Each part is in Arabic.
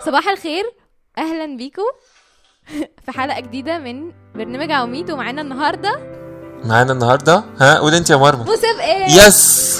صباح الخير، اهلا بيكم في حلقه جديده من برنامج عواميد. ومعانا النهارده ها قول انت يا مرمى. مسابقات. يس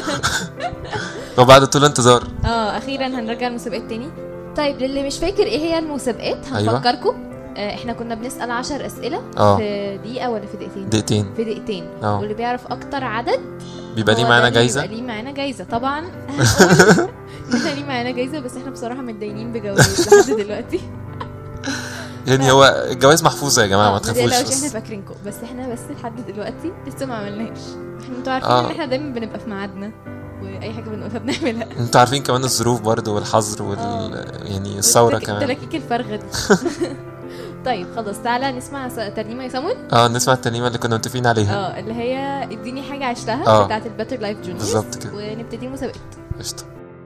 وبعد طول انتظار اخيرا هنرجع المسابقات تاني. طيب للي مش فاكر ايه هي المسابقات هنفكركم. احنا كنا بنسأل 10 اسئله في دقيقه ولا في دقيقتين؟ في دقيقتين. واللي بيعرف اكتر عدد بيبقى ليه معانا جايزه. بيبقى ليه معانا جايزه طبعا. احنا ليه معانا جايزه، بس احنا بصراحه متدينين بجوائز لحد دلوقتي. يعني هو الجواز محفوظه يا جماعه، ما تخافوش. احنا فاكرينكم، بس احنا لحد دلوقتي لسه ما عملناش. انتوا عارفين ان احنا دايما بنبقى في ميعادنا واي حاجه بنقولها بنعملها. انتوا عارفين كمان الظروف برضو والحظر يعني الثوره كمان، التلاكيك الفارغه دي. طيب خلاص، تعالى نسمع ترنيمه يا سامول. نسمع الترنيمه اللي كنا متفقين عليها، اللي هي اديني حاجه عشتها بتاعه الباتر لايف جونيور. بالظبط كده، ونبتدي المسابقه. قشطه.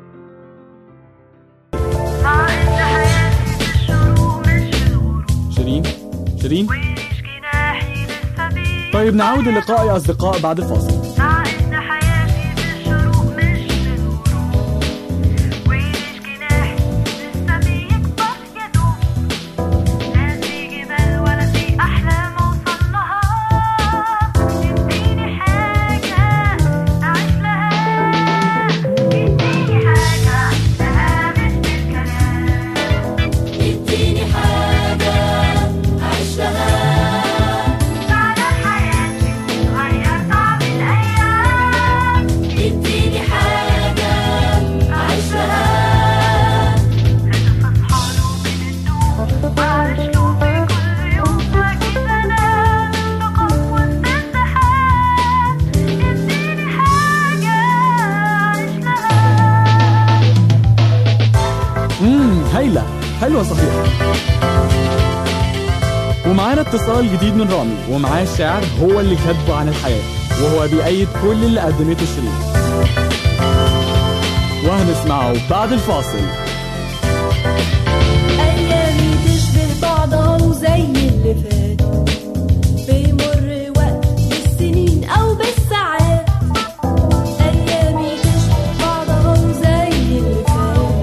شيرين طيب نعود اللقاء يا أصدقاء بعد الفاصل. حلوة صحيح. ومعانا اتصال جديد من رامي، ومعاه الشعر هو اللي كاتبه عن الحياة، وهو بيأيد كل اللي قدمته شيرين، وهنسمعه بعد الفاصل. أيامي تشبه بعضها وزي اللي فات، بيمر وقت بالسنين أو بالساعات. أيامي تشبه بعضها وزي اللي فات،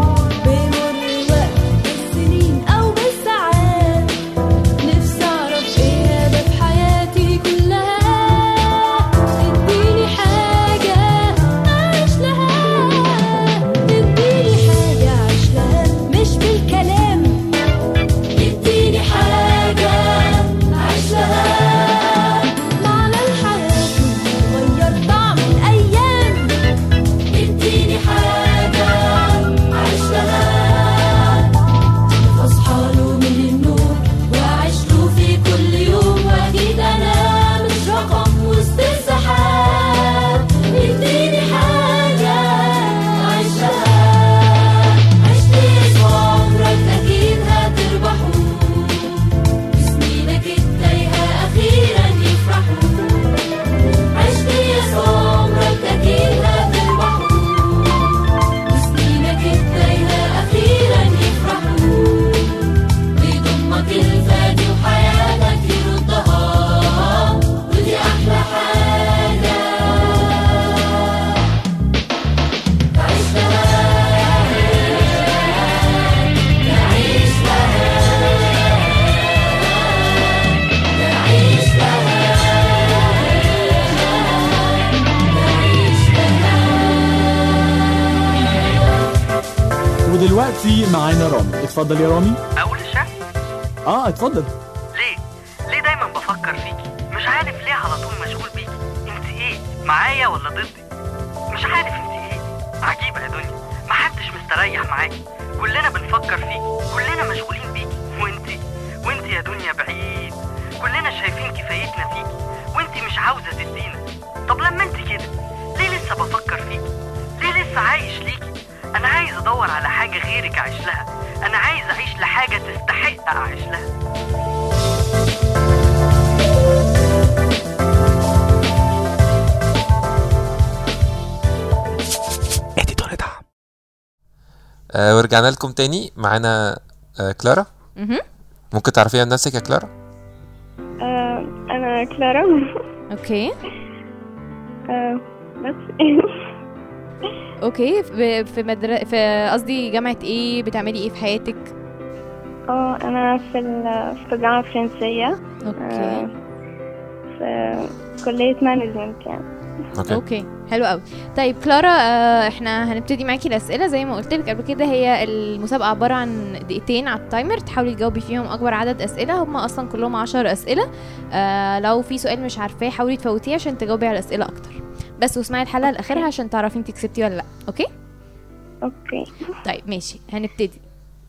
ودلوقتي معانا رامي. اتفضل يا رامي. اقول الشعر؟ اتفضل. ليه دايما بفكر فيكي، مش عارف ليه على طول مشغول بيكي. انت ايه، معايا ولا ضدي؟ مش عارف انت ايه، عجيبة يا دنيا، محدش مستريح معاكي، كلنا بنفكر فيكي، كلنا مشغولين بيكي، وانت يا دنيا بعيد، كلنا شايفين كفايتنا فيكي، وانت مش عاوزة تدينا. طب لما انت كده ليه لسه بفكر فيكي؟ ليه لسه عايش ليكي؟ انا عايز ادور على حاجة غيرك اعيش لها، انا عايز اعيش لحاجة تستحق اعيش لها. ورجعنا لكم تاني. معانا كلارا. ممكن تعرفيها بنفسك يا كلارا؟ انا كلارا. اوكي. بس اوكي. في قصدي جامعة ايه؟ بتعملي ايه في حياتك؟ انا في جامعة فرنسية. اوكي. في كلية مانجمنت يعني. اوكي حلو قوي. طيب كلارا، احنا هنبتدي معاكي الاسئله زي ما قلت لك قبل كده. هي المسابقه عباره عن دقيقتين على التايمر، تحاولي تجاوبي فيهم اكبر عدد اسئله. هم اصلا كلهم 10 اسئله. لو في سؤال مش عارفاه حاولي تفوتيه عشان تجاوبي على اسئله اكتر بس، واسمعي الحلقه الاخيره عشان تعرفي انت كسبتي ولا لا. اوكي. طيب ماشي، هنبتدي.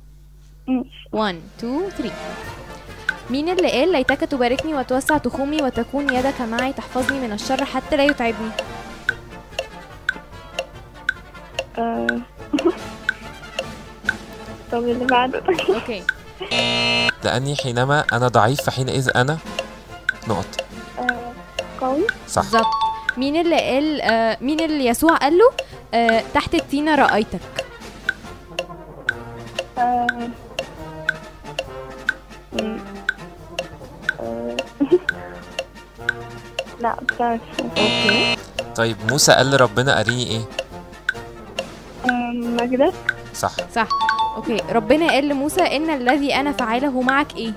1 2 3. مين اللي قال ليتك تباركني وتوسع تخومي وتكون يدك معي تحفظني من الشر حتى لا يتعبني؟ طب اللي بعده. اوكي. لأني حينما أنا ضعيف فحينئذ أنا نقط. قوي. صح بالظبط. مين اللي قال مين اللي يسوع قال له تحت التينة رأيتك؟ لا بتعرف. اوكي. طيب موسى قال لربنا أريني إيه؟ مجدك. صح. اوكي. ربنا قال لموسى إن الذي أنا فعله معك إيه؟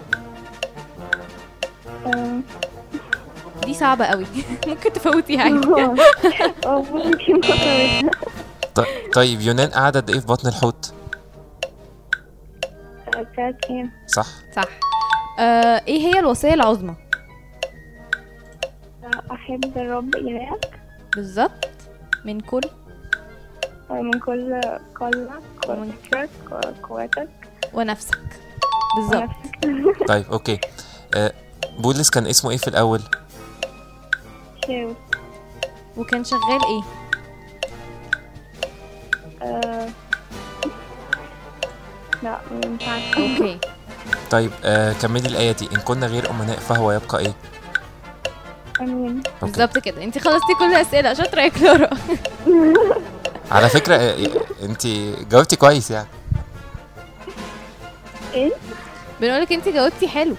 دي صعبة قوي. ممكن تفوتيها عادي. ممكن. طيب يونان قعد قد إيه في بطن الحوت؟ 3 أيام. صح. إيه هي الوصية العظمى؟ أحب الرب إلهك. بالظبط. من كل قلبك وفكرك وقوتك ونفسك. بالظبط. طيب اوكي. بولس كان اسمه ايه في الاول؟ شاول. وكان شغال ايه؟ لا مش عارفة. اوكي. طيب كملي الآية دي. إن كنا غير أمناء فهو يبقى ايه؟ امين. بالظبط كده. انت خلصتي كل الأسئلة. شاطرة يا كلارا. على فكرة انت جاوبتي كويس يعني. ايه؟ بنقولك انت جاوبتي حلو.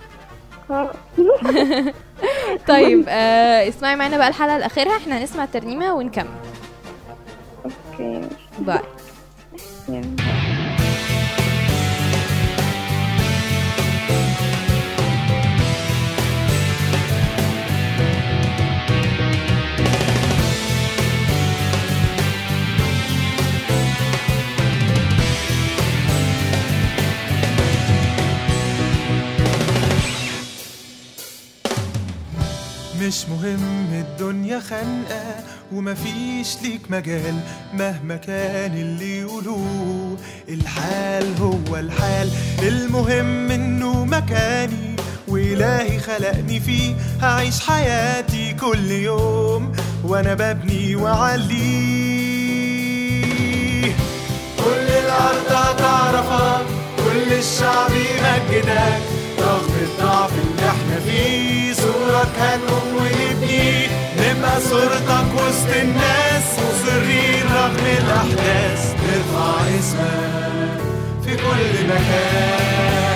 طيب اسمعي معنا بقى الحلقة الأخيرة. احنا هنسمع ترنيمة ونكمل. اوكي. باي. مش مهم الدنيا خانقة ومفيش ليك مجال مهما كان اللي يقولوه، الحال هو الحال، المهم انه مكاني وإلهي خلقني فيه، هعيش حياتي كل يوم وانا ببني وعليه. كل الأرض هتعرفك، كل الشعب يمجدك، رغم الضعف اللي احنا فيه صورك هنقوم ونبني، نبقى صورتك وسط الناس مصرين رغم الأحداث، نرفع اسمك في كل مكان.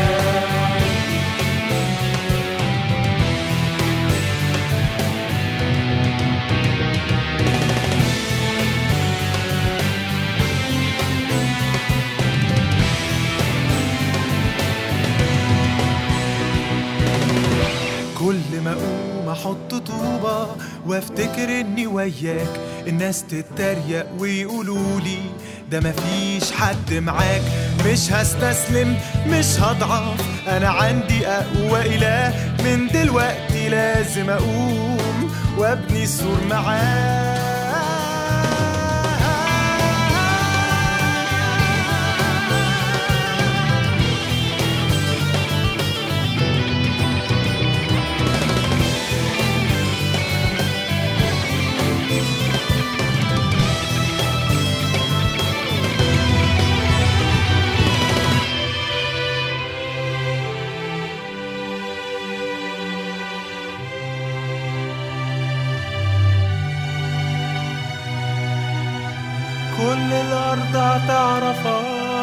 كل ما اقوم احط طوبة وافتكر اني وياك، الناس تتريق ويقولولي ده مفيش حد معاك، مش هستسلم مش هضعف، انا عندي اقوى اله، من دلوقتي لازم اقوم وابني السور معاك. كل الأرض هتعرفك،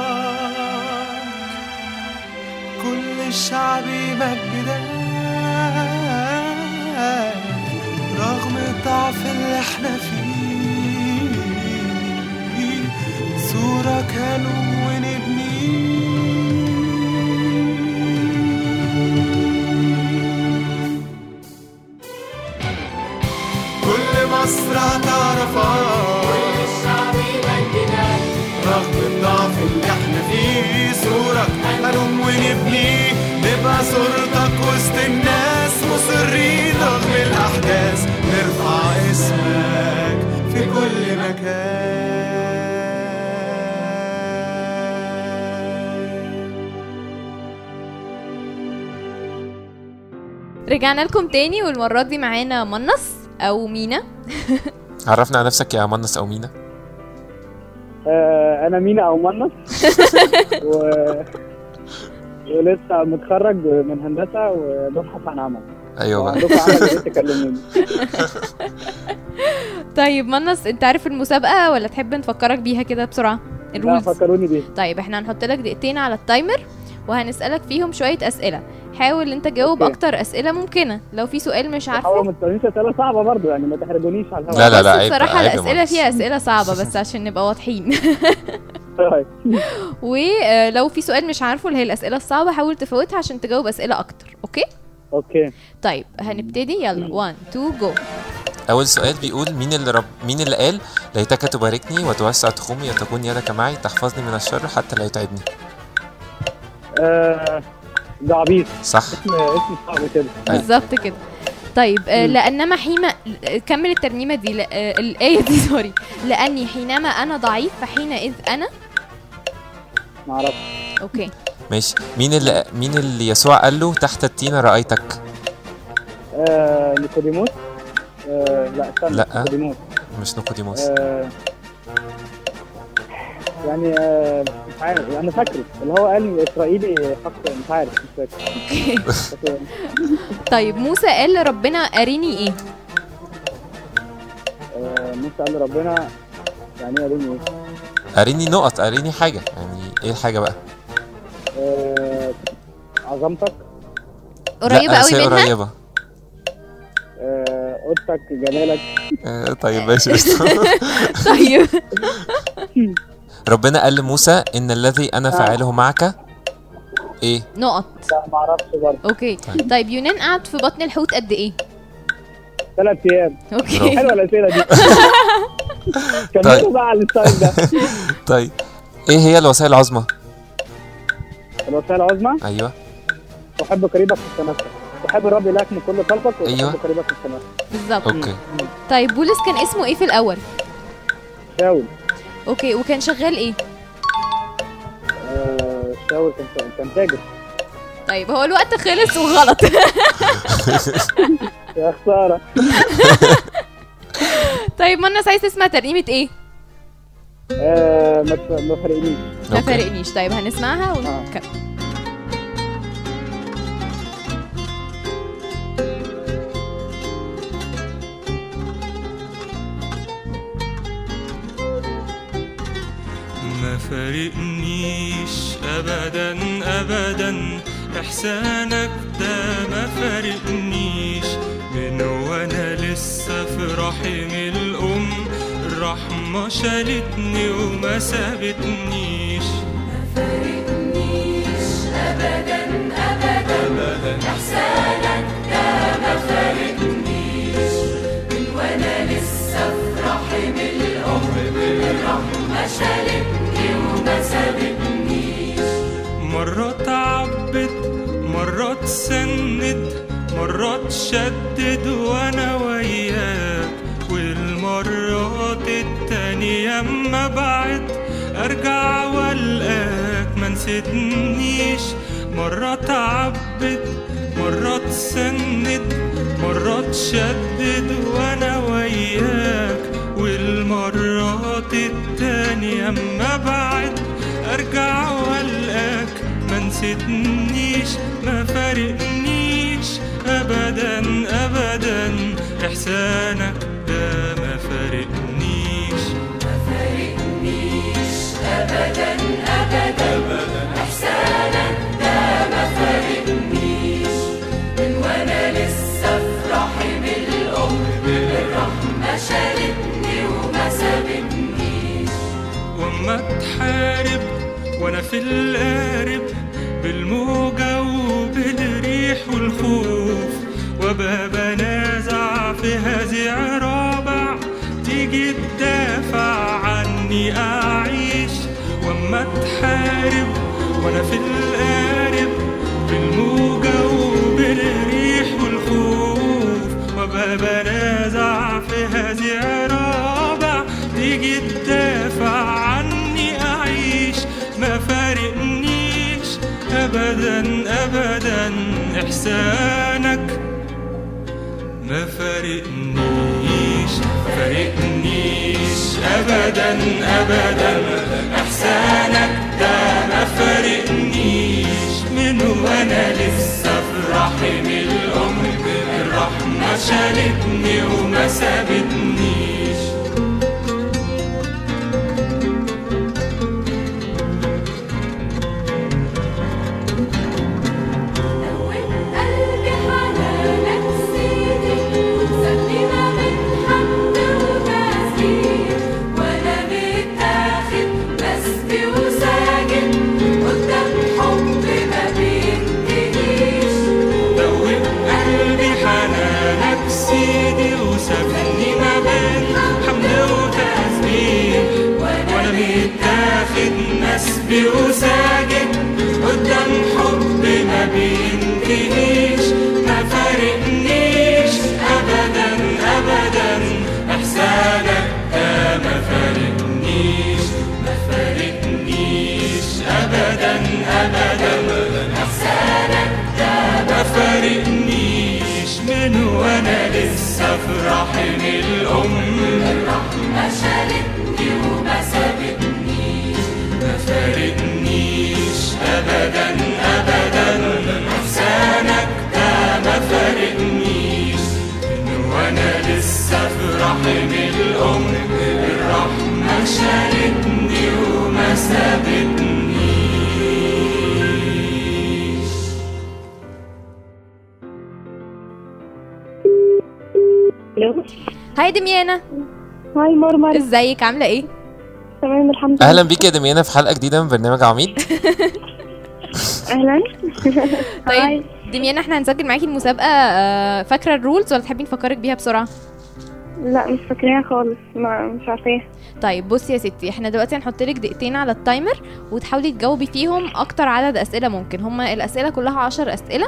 كل الشعب يمجدك، رغم الضعف اللي احنا فيه هنقوم ونبني. كل مصر هتعرفها، كل الشعب يمجدها، رغم الضعف اللي احنا فيه صورك هنقوم ونبني. نبقى صورتك وسط الناس مصرين رغم الأحداث، نرفع اسمك في كل مكان. رجعنا لكم تاني، والمرة دي معانا منص أو مينا. عرفنا على نفسك يا منص أو مينا. أنا مينا أو منص ولسه متخرج من هندسة وببحث عن عمل. أيوة بقى. عندكم عمل تكلموني. طيب منص، أنت عارف المسابقة ولا تحب نفكرك بيها كده بسرعة؟ لا فكروني بيها. طيب احنا هنحط لك دقيقتين على التايمر وهنسألك فيهم شوية أسئلة. حاول انت تجاوب أكتر أسئلة ممكنة. لو في سؤال مش عارفه حاول ما تسألنيش أسئلة صعبة برضو، يعني ما تحرجونيش على الهواء. لا عيب. بصراحة الأسئلة فيها أسئلة صعبة بس عشان نبقى واضحين. ولو في سؤال مش عارفه اللي هي الأسئلة الصعبة حاول تفوتها عشان تجاوب أسئلة أكتر. أوكي. طيب هنبتدي، يلا 1 2 جو. أول سؤال بيقول مين اللي قال ليتك تباركني وتوسع تخومي وتكون يدك معي تحفظني من الشر حتى لا يتعبني. ده عبيط. صح. اسم صعب كده. بالظبط كده. طيب لأنما كمل الترنيمة دي. الآية دي سوري. لأني حينما أنا ضعيف فحينئذ أنا معرفش. أوكي ماشي. مين اللي يسوع قال له تحت التين رأيتك؟ نيقوديموس. لا استنى. لا نيقوديموس. مش نيقوديموس. يعني مش عارف، انا فاكره اللي هو قال اسرائيلي حق، مش عارف مش فاكر. اوكي. طيب موسى قال لربنا اريني ايه؟ موسى قال لربنا يعني ايه اريني ايه؟ اريني نقط، اريني حاجه، يعني ايه الحاجه بقى؟ عظمتك. قريبه قوي منها. قريبه. قدسك جمالك. طيب ماشي. طيب ربنا قال لموسى ان الذي انا فاعله معك ايه؟ نقط. لا معرفش برضه. اوكي. طيب يونان قعد في بطن الحوت قد ايه؟ 3 ايام. اوكي. حلوه الاسئله دي. كملوا بقى على الستايل ده. طيب ايه هي الوصايا العظمى؟ الوصايا العظمى؟ ايوه. تحب قريبك كنفسك، تحب الرب إلهك من كل قلبك، وتحب قريبك كنفسك. بالظبط. اوكي. طيب بولس كان اسمه ايه في الاول؟ شاول. اوكي. وكان شغال ايه؟ شاول كان تاجر. طيب هو الوقت خلص وغلط. يا خساره. طيب منص عايز تسمع ترنيمه ايه؟ ما فرقنيش. ما فرقنيش. طيب هنسمعها ونكمل. ما فارقنيش ابدا ابدا، احسانك ده ما فارقنيش. من وانا لسه في رحم الام الرحمه شالتني وما سابتنيش. ما فارقنيش ابدا ابدا، احسانك ده ما فارقنيش. من وانا لسه في رحم الام الرحمه شالتني وما سابتنيش. مرات عبت مرات سند مرات شدد وانا وياك، والمرات التانية اما بعد ارجع والقاك ما نسيتنيش. مرات عبت مرات سند مرات شدد وانا وياك، والمرات التانية اما بعد ارجع والقاك ما نسيتنيش. ما فارقنيش ابدا ابدا، احسانك ده ما فارقنيش. ما فارقنيش ابدا ابدا، احسانك ده ما فارقنيش. من وانا لسه في رحم الام الرحمه شالتني وما سابتنيش. وما تحارب وانا في القارب، بالموجة وبالريح والخوف، وابقى بنازع في هزيع رابع، تيجي تدافع عني اعيش. واما تحارب وانا في القارب، بالموجة وبالريح والخوف، وابقى بنازع في هزيع رابع، تيجي تدافع عني اعيش. ما فارقنيش ابدا ابدا احسانك، ما فارقنيش ابدا ابدا احسانك، ده ما فارقنيش من وانا لسه في رحم الام، الرحمه شالتني وما سابتنيش. مسبي وساجد قدام حب ما بينتهيش، ما فارقنيش ابدا ابدا احسانك، ده ما فارقنيش ابدا ابدا احسانك، ده ما فارقنيش من وانا لسه في رحم الام، الرحمه شالتني وما سابتنيش. ما فارقنيش ابدا ابدا احسانك، ده ما فارقنيش من وانا لسه في رحم الام، الرحمه شالتني وما سابتنيش. هاي دميانة. هاي مرمر، ازيك عاملة ايه؟ تمام الحمد لله. اهلا بيك يا دميانة في حلقة جديدة من برنامج عميد. اهلا. طيب دميانة، احنا هنسجل معاكي المسابقة، فاكرة الرولز ولا تحبي نفكرك بيها بسرعة؟ لا مش فاكراها خالص، مش عارفاها. طيب بصي يا ستي، احنا دلوقتي هنحطلك دقيقتين على التايمر، وتحاولي تجاوبي فيهم اكتر عدد اسئله ممكن. هما الاسئله كلها 10 اسئله.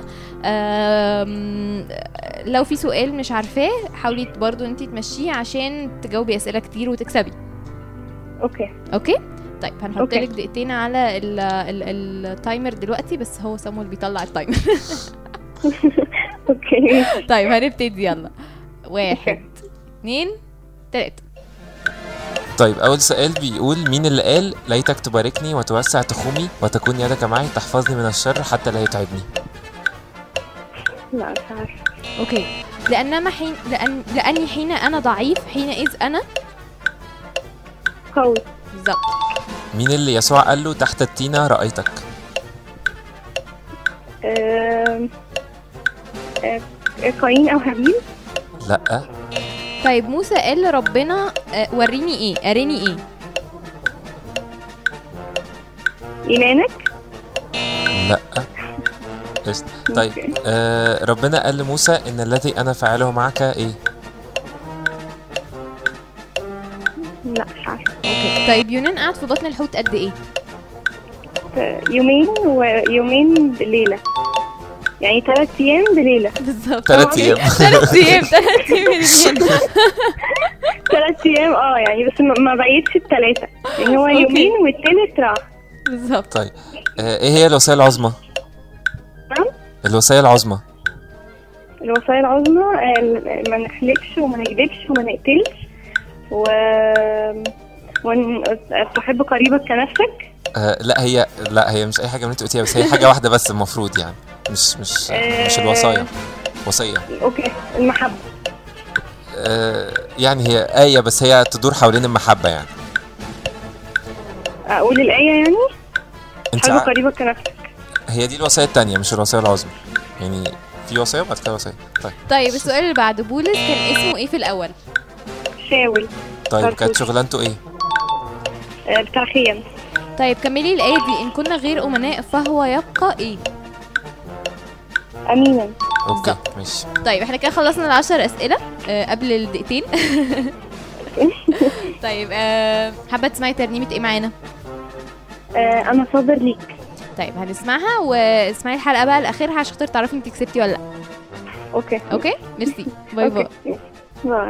لو في سؤال مش عارفاه حاولي برضو انتي تمشيه عشان تجاوبي اسئله كتير وتكسبي. اوكي. طيب هنحطلك دقيقتين على التايمر دلوقتي، بس هو سامو اللي بيطلع التايمر. اوكي. طيب هنبتدي، يلا 1 2 3. طيب أول سؤال بيقول: مين اللي قال ليتك تباركني وتوسع تخومي وتكون يدك معي تحفظني من الشر حتى لا يتعبني؟ لا مش عارفة. اوكي. لأني حين أنا ضعيف حينئذ أنا قوي. بالظبط. مين اللي يسوع قال له تحت التينة رأيتك؟ قايين أو هابيل. لا. طيب موسى قال لربنا وريني ايه، اريني ايه؟ إيمانك. لا. طيب ربنا قال لموسى ان الذي انا فاعله معك ايه؟ لا مش عارفة. اوكي. طيب يونان قعد في بطن الحوت قد ايه؟ يومين ويومين بليلة، يعني 3 أيام بليلة. بالظبط. 3 أيام. 3 أيام. 3 أيام يعني، بس ما بقيتش ال3، يعني هو يومين والتالت راح. بالظبط. طيب ايه هي الوصية العظمى؟ نعم؟ الوصية العظمى. الوصية العظمى ما نحلفش وما نكذبش وما نقتلش تحب قريبك كنفسك. لا هي مش اي حاجه من انت قلتيها، بس هي حاجه واحده بس المفروض، يعني مش الوصايا. وصيه. اوكي. المحبه. يعني هي آية بس هي تدور حوالين المحبه يعني. اقول الآية يعني انت حب قريبك كنفسك. هي دي الوصيه الثانيه مش الوصيه العظمى، يعني في وصيه وبعد كده وصيه. طيب السؤال اللي بعده، بولس كان اسمه ايه في الاول؟ شاول. طيب كانت شغلانته ايه؟ بتاع خيام. طيب كملي الآية دي. إن كنا غير أمناء فهو يبقى إيه؟ أمينا. اوكي ماشي. طيب احنا كده خلصنا ال10 أسئلة قبل الدقيقتين. طيب حابة تسمعي ترنيمة ايه معانا؟ أنا صابر ليك. طيب هنسمعها واسمعي الحلقة بقى لآخرها عشان خاطر تعرفي انت كسبتي ولا لا. اوكي ميرسي. باي باي. باي.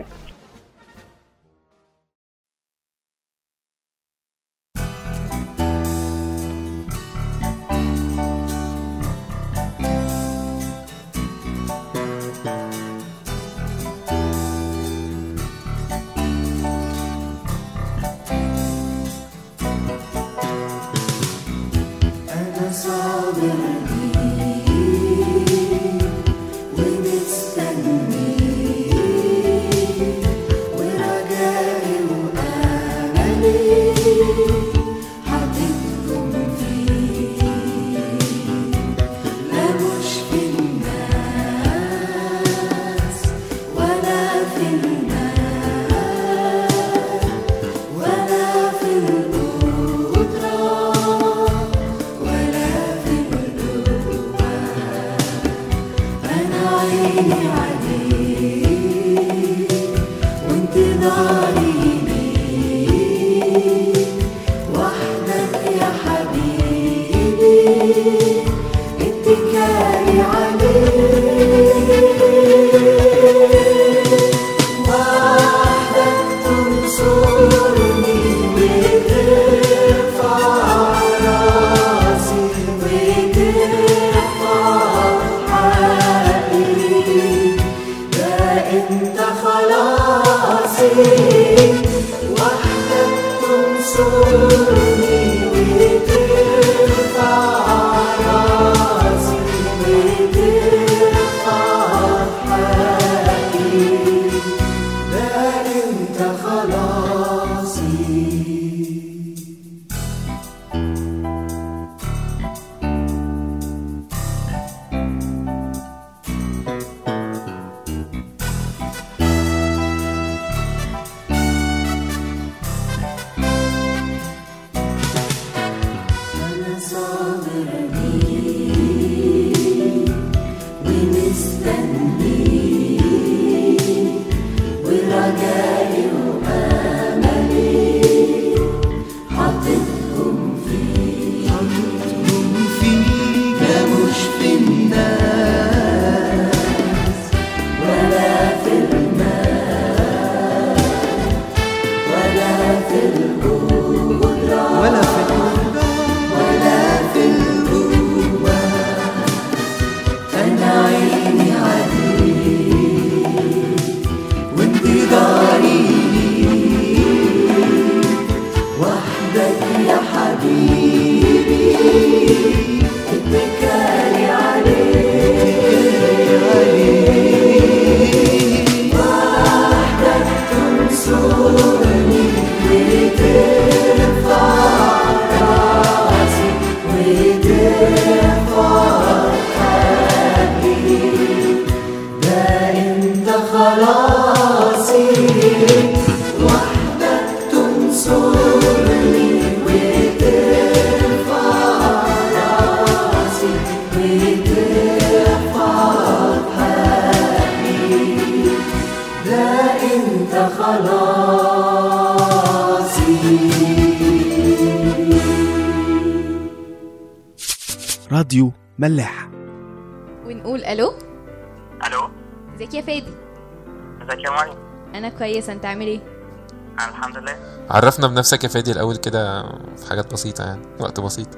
راديو ملاح. ونقول الو. الو، ازيك يا فادي؟ ازيك يا مريم؟ انا كويسه، انت عامل ايه؟ انا الحمد لله. عرفنا بنفسك يا فادي الاول كده في حاجات بسيطه، يعني وقت بسيط.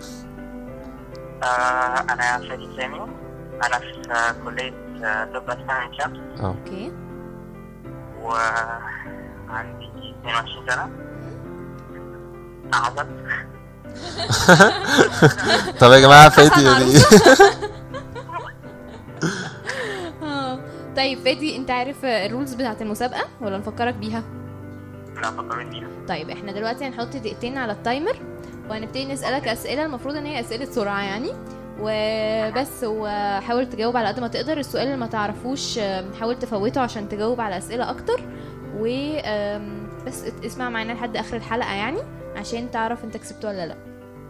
انا فادي سامي، انا في كليه طب اسنان شمس. اوكي. وعندي 22 سنه. اعزب. طب يا جماعه فادي يعني طيب فادي، انت عارف الرولز بتاعت المسابقه ولا نفكرك بيها؟ لا فكرني بيها. طيب احنا دلوقتي هنحط دقيقتين على التايمر وهنبتدي نسالك اسئله، المفروض ان هي اسئله سرعه يعني، وبس. وحاول تجاوب على قد ما تقدر. السؤال اللي ما تعرفوش حاول تفوته عشان تجاوب على اسئله اكتر، و بس اسمع معانا لحد اخر الحلقه يعني عشان تعرف انت كسبت ولا لا.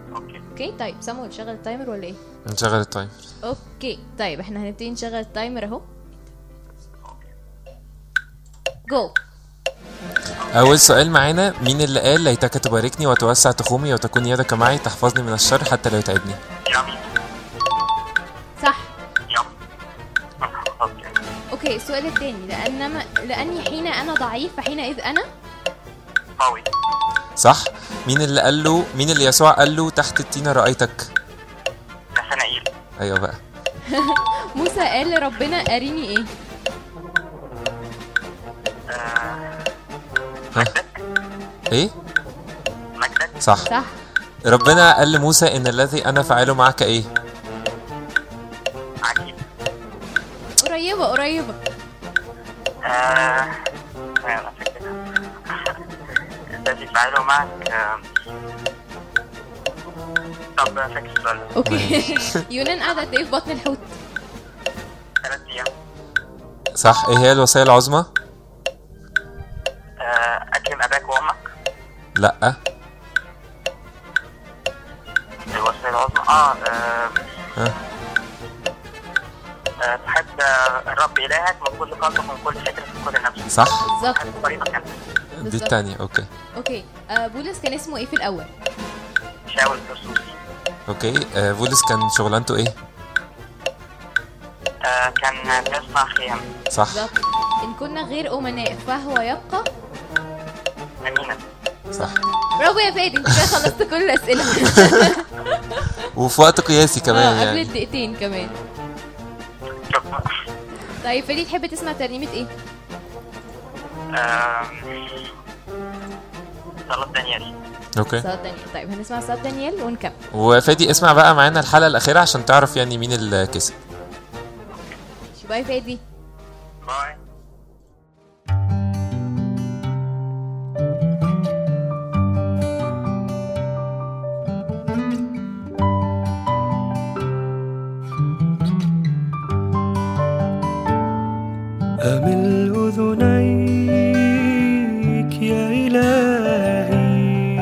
اوكي طيب سامويل شغل التايمر ولا ايه؟ نشغل التايمر. اوكي طيب احنا هنبتدي نشغل التايمر اهو. جو. أول سؤال معانا، مين اللي قال ليتك تباركني وتوسع تخومي وتكون يدك معي تحفظني من الشر حتى لا يتعبني؟ صح. اوكي السؤال الثاني، لأني حين أنا ضعيف فحينئذ أنا قوي. صح. مين اللي يسوع قال له تحت التينة رأيتك؟ نثنائيل. أيوة بقى. موسى قال لربنا أريني إيه؟ ايه؟ مجدك. صح. ربنا قال لموسى ان الذي انا فاعله معك ايه؟ عجيب. قريبة. الذي فاعله معك. طب فاكر السؤال. اوكي. يونان قاعدة قد ايه في بطن الحوت؟ 3 أيام. صح. ايه هي الوصية العظمى؟ أكرم أباك وأمك. لا. الوصية العظمى تحب الرب إلهك من كل قلبك ومن كل فكرك ومن كل نفسك. صح بالظبط. دي الثانية. اوكي. بولس كان اسمه ايه في الأول؟ شاول الترسوسي. اوكي. بولس كان شغلانته ايه؟ كان بيصنع خيام. صح. بالظبط. إن كنا غير أمناء فهو يبقى أمينا. صح. برافو يا فادي، انت كده خلصت كل الأسئلة. وفي وقت قياسي كمان قبل يعني. الدقيقتين كمان. طيب فادي تحب تسمع ترنيمة ايه؟ صلاة دانيال. اوكي. صلاة دانيال. طيب هنسمع صلاة دانيال ونكمل. وفادي اسمع بقى معانا الحلقة الأخيرة عشان تعرف يعني مين اللي كسب. باي فادي. باي. أمل أذنيك يا إلهي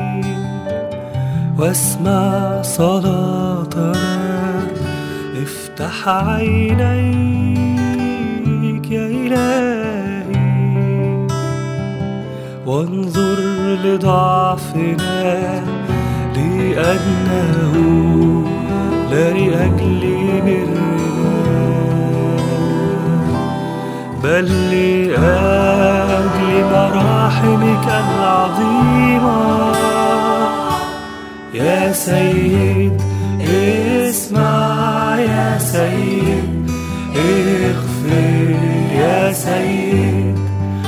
واسمع صلاتنا، افتح عينيك يا إلهي وانظر لضعفنا لأنه لا لأجل برنا بل لأجل مراحمك العظيمة. يا سيد اسمع، يا سيد اغفر، يا سيد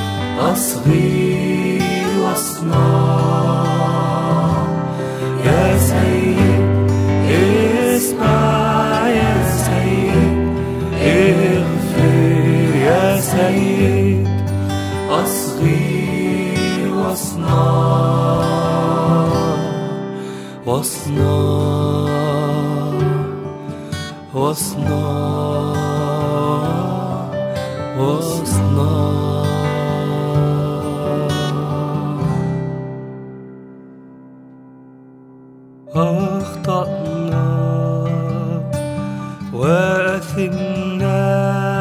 أصغي واصنع. يا سيد اسمع، يا سيد اغفر، يا سيد أصغي واصنع. واصنع واصنع واصنع. أخطأنا وأثمنا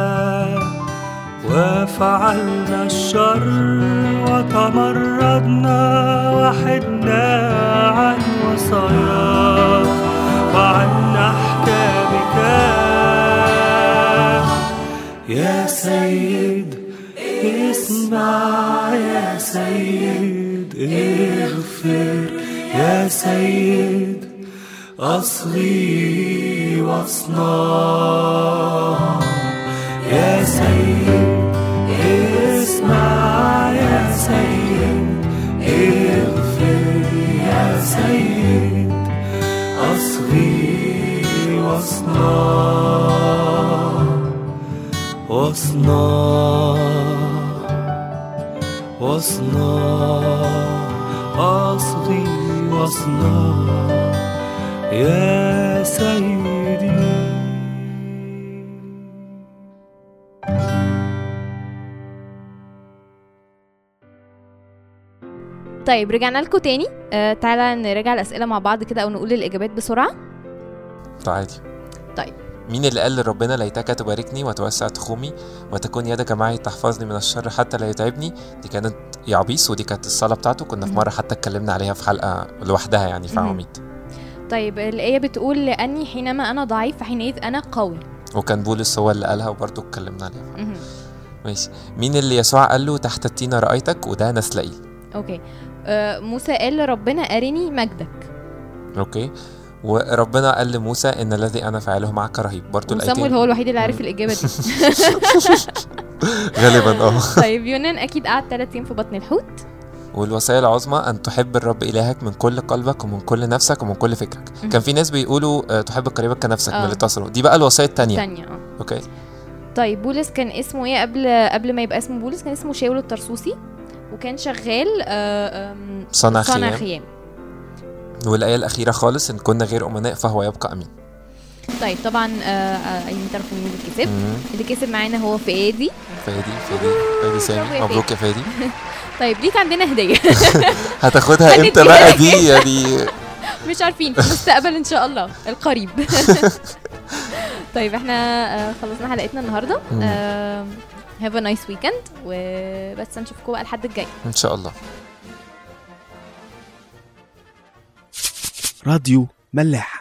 وفعلنا الشر وتمردنا وحدنا عن وصاياك وعن أحكامك. يا سيد اسمع، يا سيد اغفر، يا سيد أصغي واصنع. يا سيد اسمع، يا سيد اغفر، يا سيد أصغي واصنع. واصنع واصنع أصغي واصنع يا سيدي. طيب رجعنا لكم تاني. تعالى نراجع الأسئلة مع بعض كده أو نقول الإجابات بسرعة. تعالي. طيب مين اللي قال لربنا ليتك تباركني وتوسع تخومي وتكون يدك معي تحفظني من الشر حتى لا يتعبني؟ دي كانت يعبيس، ودي كانت الصلاة بتاعته. كنا في مرة حتى اتكلمنا عليها في حلقة لوحدها يعني في عواميد. طيب الآية بتقول لأني حينما أنا ضعيف فحينئذ أنا قوي، وكان بولس هو اللي قالها وبرضه اتكلمنا عليها. ماشي. مين اللي يسوع قال له تحت التينة رأيتك؟ وده نسلائيل. اوكي. موسى قال لربنا أرني مجدك. اوكي. وربنا قال لموسى ان الذي انا فاعله معك رهيب. برضو الايتين صمويل هو الوحيد اللي عارف الاجابه دي غالبا. طيب يونان اكيد قعد 3 ايام في بطن الحوت. والوصايا العظمى ان تحب الرب الهك من كل قلبك ومن كل نفسك ومن كل فكرك. كان في ناس بيقولوا تحب قريبك كنفسك من اللي تصله. دي بقى الوصايا الثانيه. اوكي. طيب بولس كان اسمه ايه قبل ما يبقى اسمه بولس؟ كان اسمه شاول الطرسوسي وكان شغال صنع خيام. والآية الأخيرة خالص إن كنا غير أمناء فهو يبقى أمين. طيب طبعا عايزين تعرفوا مين اللي كسب؟ اللي كسب معانا هو فادي سامي. مبروك يا فادي. طيب ليك عندنا هدية. هتاخدها امتى بقى دي يعني؟ مش عارفين، في المستقبل إن شاء الله القريب. طيب احنا خلصنا حلقتنا النهاردة. have a nice weekend وبس نشوفكم بقى الحد الجاي إن شاء الله. راديو ملاح.